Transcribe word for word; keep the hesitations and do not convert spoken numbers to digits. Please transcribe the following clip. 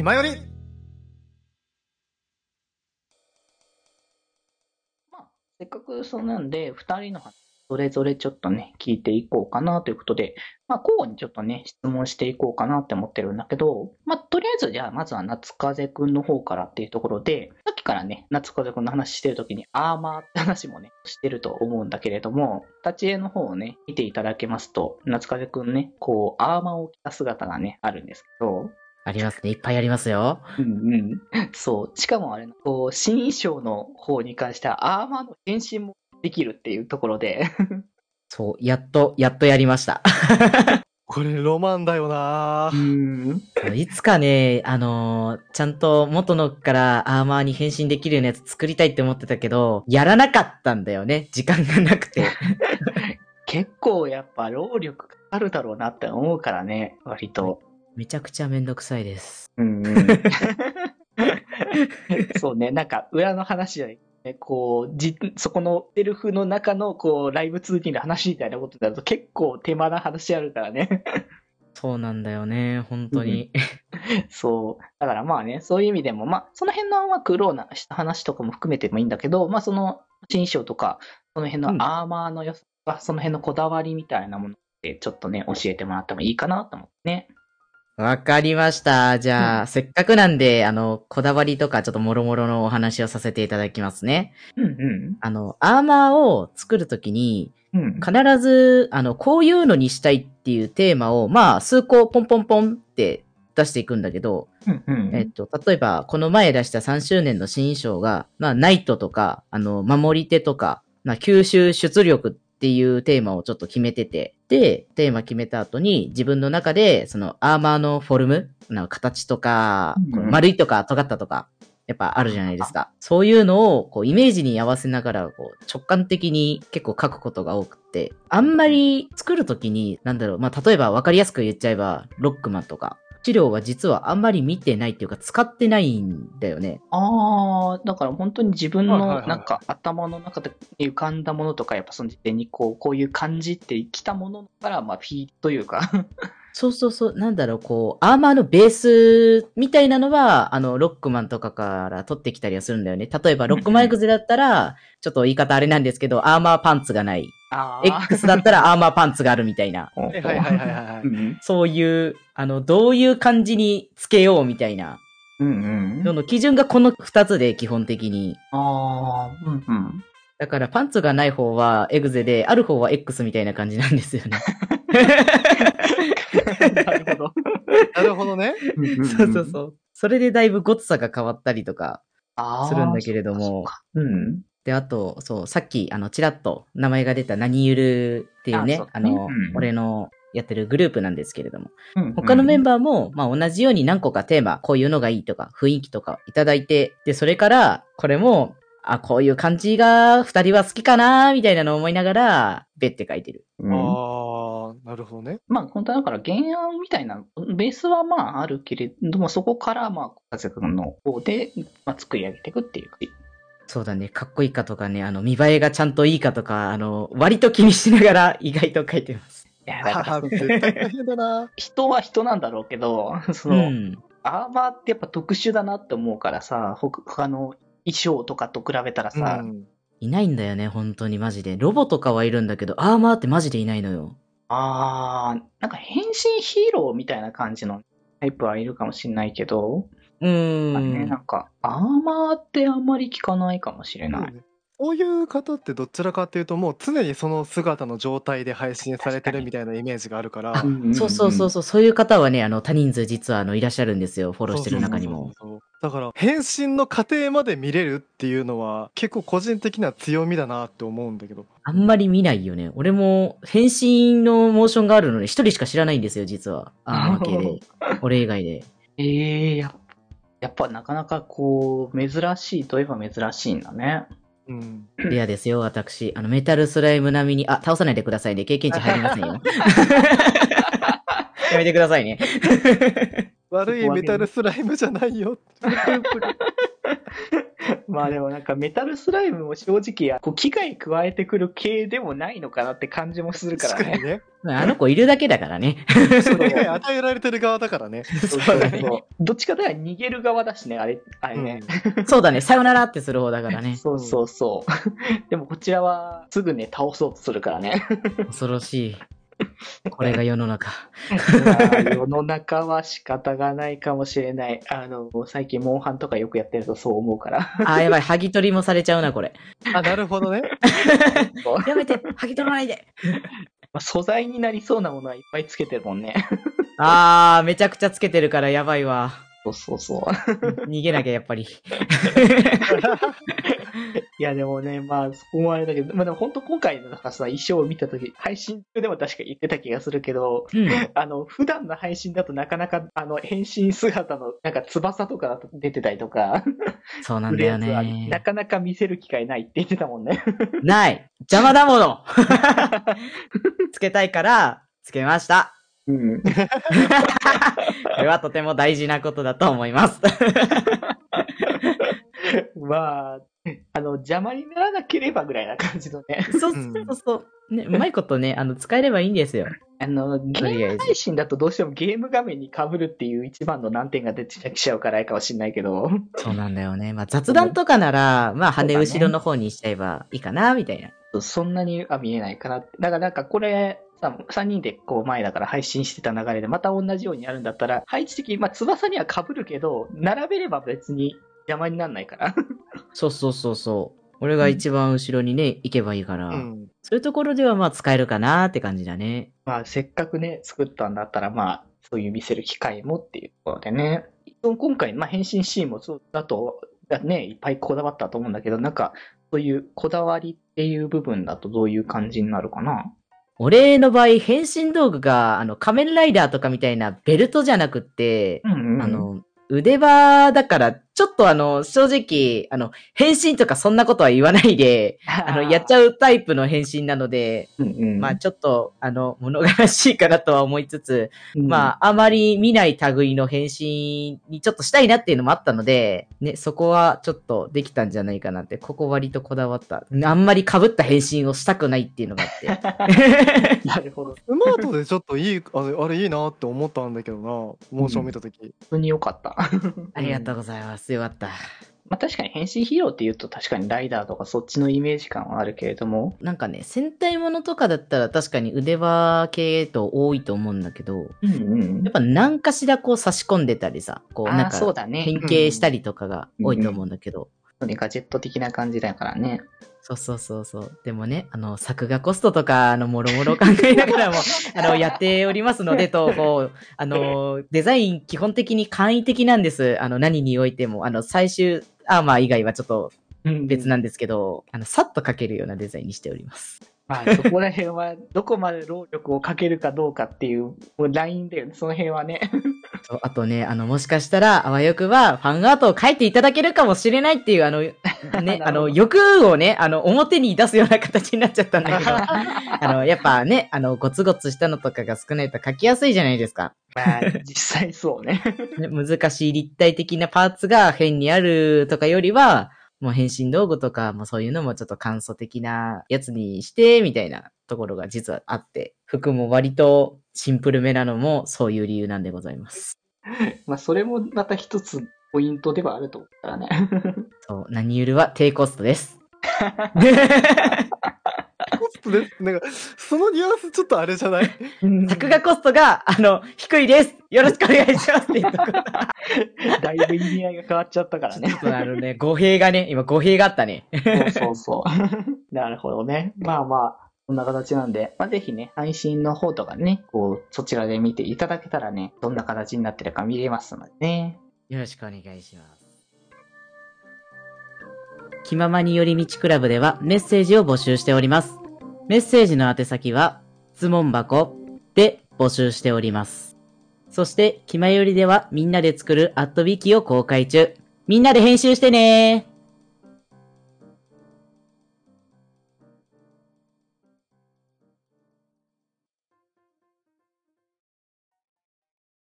今より。 まあ、せっかくそうなんで、二人の話、それぞれちょっとね、聞いていこうかなということで、まあ、交互にちょっとね、質問していこうかなって思ってるんだけど、まあ、とりあえず、じゃあ、まずは夏風くんの方からっていうところで、さっきからね、夏風くんの話してるときに、アーマーって話もね、してると思うんだけれども、立ち絵の方をね、見ていただけますと、夏風くんね、こう、アーマーを着た姿がね、あるんですけど、 ありますね。いっぱいありますよ。 うんうん。そう。しかもあれ、こう、新衣装の方に関しては、アーマーの変身もできるっていうところで。 そう、やっと、やっとやりました。 これロマンだよなうぁ。 ん。 いつかね、あのーちゃんと元のからアーマーに変身できるようなやつ作りたいって思ってたけど、やらなかったんだよね。時間がなくて。 結構やっぱ労力かかるだろうなって思うからね、割と。 めちゃくちゃめんどくさいです。 うんうん。そうね、なんか裏の話じゃない。こう、じ、そこのセルフの中のこう、ライブ通勤の話みたいなことになると結構手間な話あるからね。 そうなんだよね、本当に。 そう。だからまあね、そういう意味でも、まあ、その辺のまあ苦労なした話とかも含めてもいいんだけど、まあその、新章とか、その辺のアーマーの良さとか、その辺のこだわりみたいなものってちょっとね、教えてもらってもいいかなと思ってね。 わかりました。じゃあ、 うんせっかくなんで、あの、こだわりとかちょっともろもろのお話をさせていただきますね。 うんうん。 あの、アーマーを作るときに、 うん。 必ず、あの、こういうのにしたいっていうテーマを、まあ、数個ポンポンポンって出していくんだけど、 うんうん。 えっと、例えば、この前出したさんしゅうねんの新衣装が、まあ、ナイトとか、あの、守り手とか、まあ、吸収出力っていうテーマをちょっと決めてて、で、テーマ決めた後に、自分の中で、その、アーマーのフォルム、なんか形とか、 うんこの丸いとか尖ったとか、やっぱあるじゃないですか。そういうのを、こう、イメージに合わせながら、こう、直感的に結構書くことが多くて、あんまり作るときに、なんだろう、まあ、例えば分かりやすく言っちゃえば、ロックマンとか、治療は実はあんまり見てないっていうか、使ってないんだよね。 ああ、だから本当に自分のはいはいはいなんか頭の中で浮かんだものとか、やっぱその時点にこう、こういう感じってきたものから、まあ、フィードというか。 そうそうそう、なんだろう、こう、アーマーのベースみたいなのは、あの、ロックマンとかから取ってきたりはするんだよね。例えば、ロックマンエグゼだったら、ちょっと言い方あれなんですけど、アーマーパンツがない。 ああ。 X だったらアーマーパンツがあるみたいな。 はいはいはいはいはい。 うんそういう、あの、どういう感じにつけようみたいな。 うんうん。 その基準がこの二つで基本的に。 ああ、うんうん。 だからパンツがない方はエグゼで、ある方は X みたいな感じなんですよね。 なるほど。 なるほどね。 そうそうそう。それでだいぶごつさが変わったりとかああ。 するんだけれども。 そっかそっかうん。 で、あと、そう、さっき、あの、ちらっと名前が出た何ゆるっていうね、 あそうあの、 だねうん俺のやってるグループなんですけれども。 うんうん他のメンバーも、まあ同じように何個かテーマ、こういうのがいいとか、雰囲気とかいただいて、で、それから、これも、あ、こういう感じが二人は好きかなみたいなのを思いながら、べって書いてる。 うんああ、なるほどね。 まあ、本当はだから原案みたいな、ベースはまああるけれども、そこからまあ、風君の方で、まあ、作り上げていくっていう。 そうだね、かっこいいかとかね、あの、見栄えがちゃんといいかとか、あの、割と気にしながら意外と書いてます。 いや、だからああ、絶対大変だな。 人は人なんだろうけど、そうの、 ん。 アーマーってやっぱ特殊だなって思うからさ、他他の衣装とかと比べたらうさ、 ん。 いないんだよね、本当にマジで。ロボとかはいるんだけど、アーマーってマジでいないのよ。 あー、なんか変身ヒーローみたいな感じのタイプはいるかもしれないけど、 うーまあね、 ん。 なんか、アーマーってあんまり聞かないかもしれない。 そういう方ってどちらかっていうともう常にその姿の状態で配信されてるみたいなイメージがあるから。 そうそうそうそう、そういう方はね、あの、多人数実はあの、いらっしゃるんですよ、フォローしてる中にも。 そうそうそうそう。だから変身の過程まで見れるっていうのは結構個人的な強みだなって思うんだけど。 あんまり見ないよね。俺も、変身のモーションがあるのに一人しか知らないんですよ、実は。アーマー系で。俺以外で。 ええー、やっぱやっぱなかなかこう、珍しいといえば珍しいんだね。 うん。 レアですよ、私。あの、メタルスライム並みに、あ、倒さないでくださいね。経験値入りませんよ。やめてくださいね。 悪いメタルスライムじゃないよ。 まあでもなんかメタルスライムも正直、こう機械加えてくる系でもないのかなって感じもするからね。 確かにね。 あの子いるだけだからね。 そう、機会与えられてる側だからね。 そうそうそう。どっちかというと逃げる側だしね、あれ、あれね。 そうだね、さよならってする方だからね。 そうそうそう。でもこちらはすぐね、倒そうとするからね。 恐ろしい。これが世の中。 まあ、世の中は仕方がないかもしれない。あの、最近モンハンとかよくやってるとそう思うから。 あー、やばい、剥ぎ取りもされちゃうな、これ。 あ、なるほどね。 やめて、剥ぎ取らないで。 まあ素材になりそうなものはいっぱいつけてるもんね。 あー、めちゃくちゃつけてるからやばいわ。 そうそうそう。 逃げなきゃ、やっぱり。 いや、でもね、まあ、そこもあれだけど、まあでも本当今回のなんかさ、衣装を見たとき、配信中でも確か言ってた気がするけど、 うん。 あの、普段の配信だとなかなか、あの、変身姿の、なんか翼とかだと出てたりとか、 そうなんだよするやつはなね。 かなか見せる機会ないって言ってたもんね。 ない。邪魔だもの。つけたいから、つけました。 うん。 これはとても大事なことだと思います。 まあ、あの、邪魔にならなければぐらいな感じのね。 そうそうそう。ね、うまいことね、あの、使えればいいんですよ。 あの、ゲとりあえずーム配信だとどうしてもゲーム画面に被るっていう一番の難点が出てきちゃうからあれかもしんないけど。 そうなんだよね。まあ雑談とかなら、まあ羽そうだね後ろの方にしちゃえばいいかな、みたいな。 そんなには見えないかなって。だからなんかこれ、さ、さんにんでこう前だから配信してた流れでまた同じようにやるんだったら、配置的に、まあ翼には被るけど、並べれば別に邪魔にならないから。 そうそうそうそう。俺が一番後ろにね、行けばいいから、 うん。 そういうところではまあ使えるかなって感じだね。 まあせっかくね、作ったんだったらまあ、そういう見せる機会もっていうところでね。今回、まあ変身シーンもそうだと、ね、いっぱいこだわったと思うんだけど、なんか、そういうこだわりっていう部分だとどういう感じになるかな。 俺の場合、変身道具が、あの、仮面ライダーとかみたいなベルトじゃなくって、 うんうん。 あの、腕輪だから、ちょっとあの、正直、あの、変身とかそんなことは言わないで、あの、やっちう。 ゃうタイプの変身なので、 うんうん。 まあちょっと、あの、物悲しいかなとは思いつつ、 うん、 まああまり見ない類の変身にちょっとしたいなっていうのもあったので、ね、そこはちょっとできたんじゃないかなって、ここ割とこだわった。あんまり被った変身をしたくないっていうのがあって。 なるほど。 スマートでちょっといい、あれ、あれいいなって思ったんだけどな、モーション見たとき。 普通に良かった。 ありがとうございます。よかった。 まあ確かに変身ヒーローって言うと確かにライダーとかそっちのイメージ感はあるけれども。 なんかね、戦隊ものとかだったら確かに腕輪系と多いと思うんだけど、 うんうんやっぱ何かしらこう差し込んでたりさ、こうなんああ、そうかだね。 変形したりとかが多いと思うんだけど、 ガジェット的な感じだからね。 そうそうそうそう。でもね、あの、作画コストとか、あの、もろもろ考えながらも、あの、やっておりますので、と、こう、あの、デザイン基本的に簡易的なんです。あの、何においても、あの、最終アーマー以外はちょっと別なんですけど、あの、さっと描けるようなデザインにしております。 まあ、そこら辺は、どこまで労力をかけるかどうかっていう、もうラインだよね、その辺はね。 そうあとね、あの、もしかしたら、あわよくば、ファンアートを描いていただけるかもしれないっていう、あの、ね、あの、欲をね、あの、表に出すような形になっちゃったんだけど、あの、やっぱね、あの、ゴツゴツしたのとかが少ないと描きやすいじゃないですか。 まあ、実際そうね。 ね難しい立体的なパーツが変にあるとかよりは、もう変身道具とか、もうそういうのもちょっと簡素的なやつにして、みたいなところが実はあって、服も割とシンプルめなのもそういう理由なんでございます。 まあ、それもまた一つポイントではあると思ったらね。 そう、何よりは低コストです。 コストです。なんか、そのニュアンスちょっとあれじゃない作画コストが、あの、低いです。よろしくお願いしますっていうところ。 だいぶ意味合いが変わっちゃったからね。 ちょっとあのね、語弊がね、今語弊があったね。 そうそうそう。なるほどね。まあまあ、こんな形なんで、まあ、ぜひね、配信の方とかね、こう、そちらで見ていただけたらね、どんな形になってるか見れますのでね。 よろしくお願いします。気ままに寄り道クラブではメッセージを募集しております。メッセージの宛先は、質問箱で募集しております。そして、気まよりではみんなで作るアットビキを公開中。みんなで編集してねー。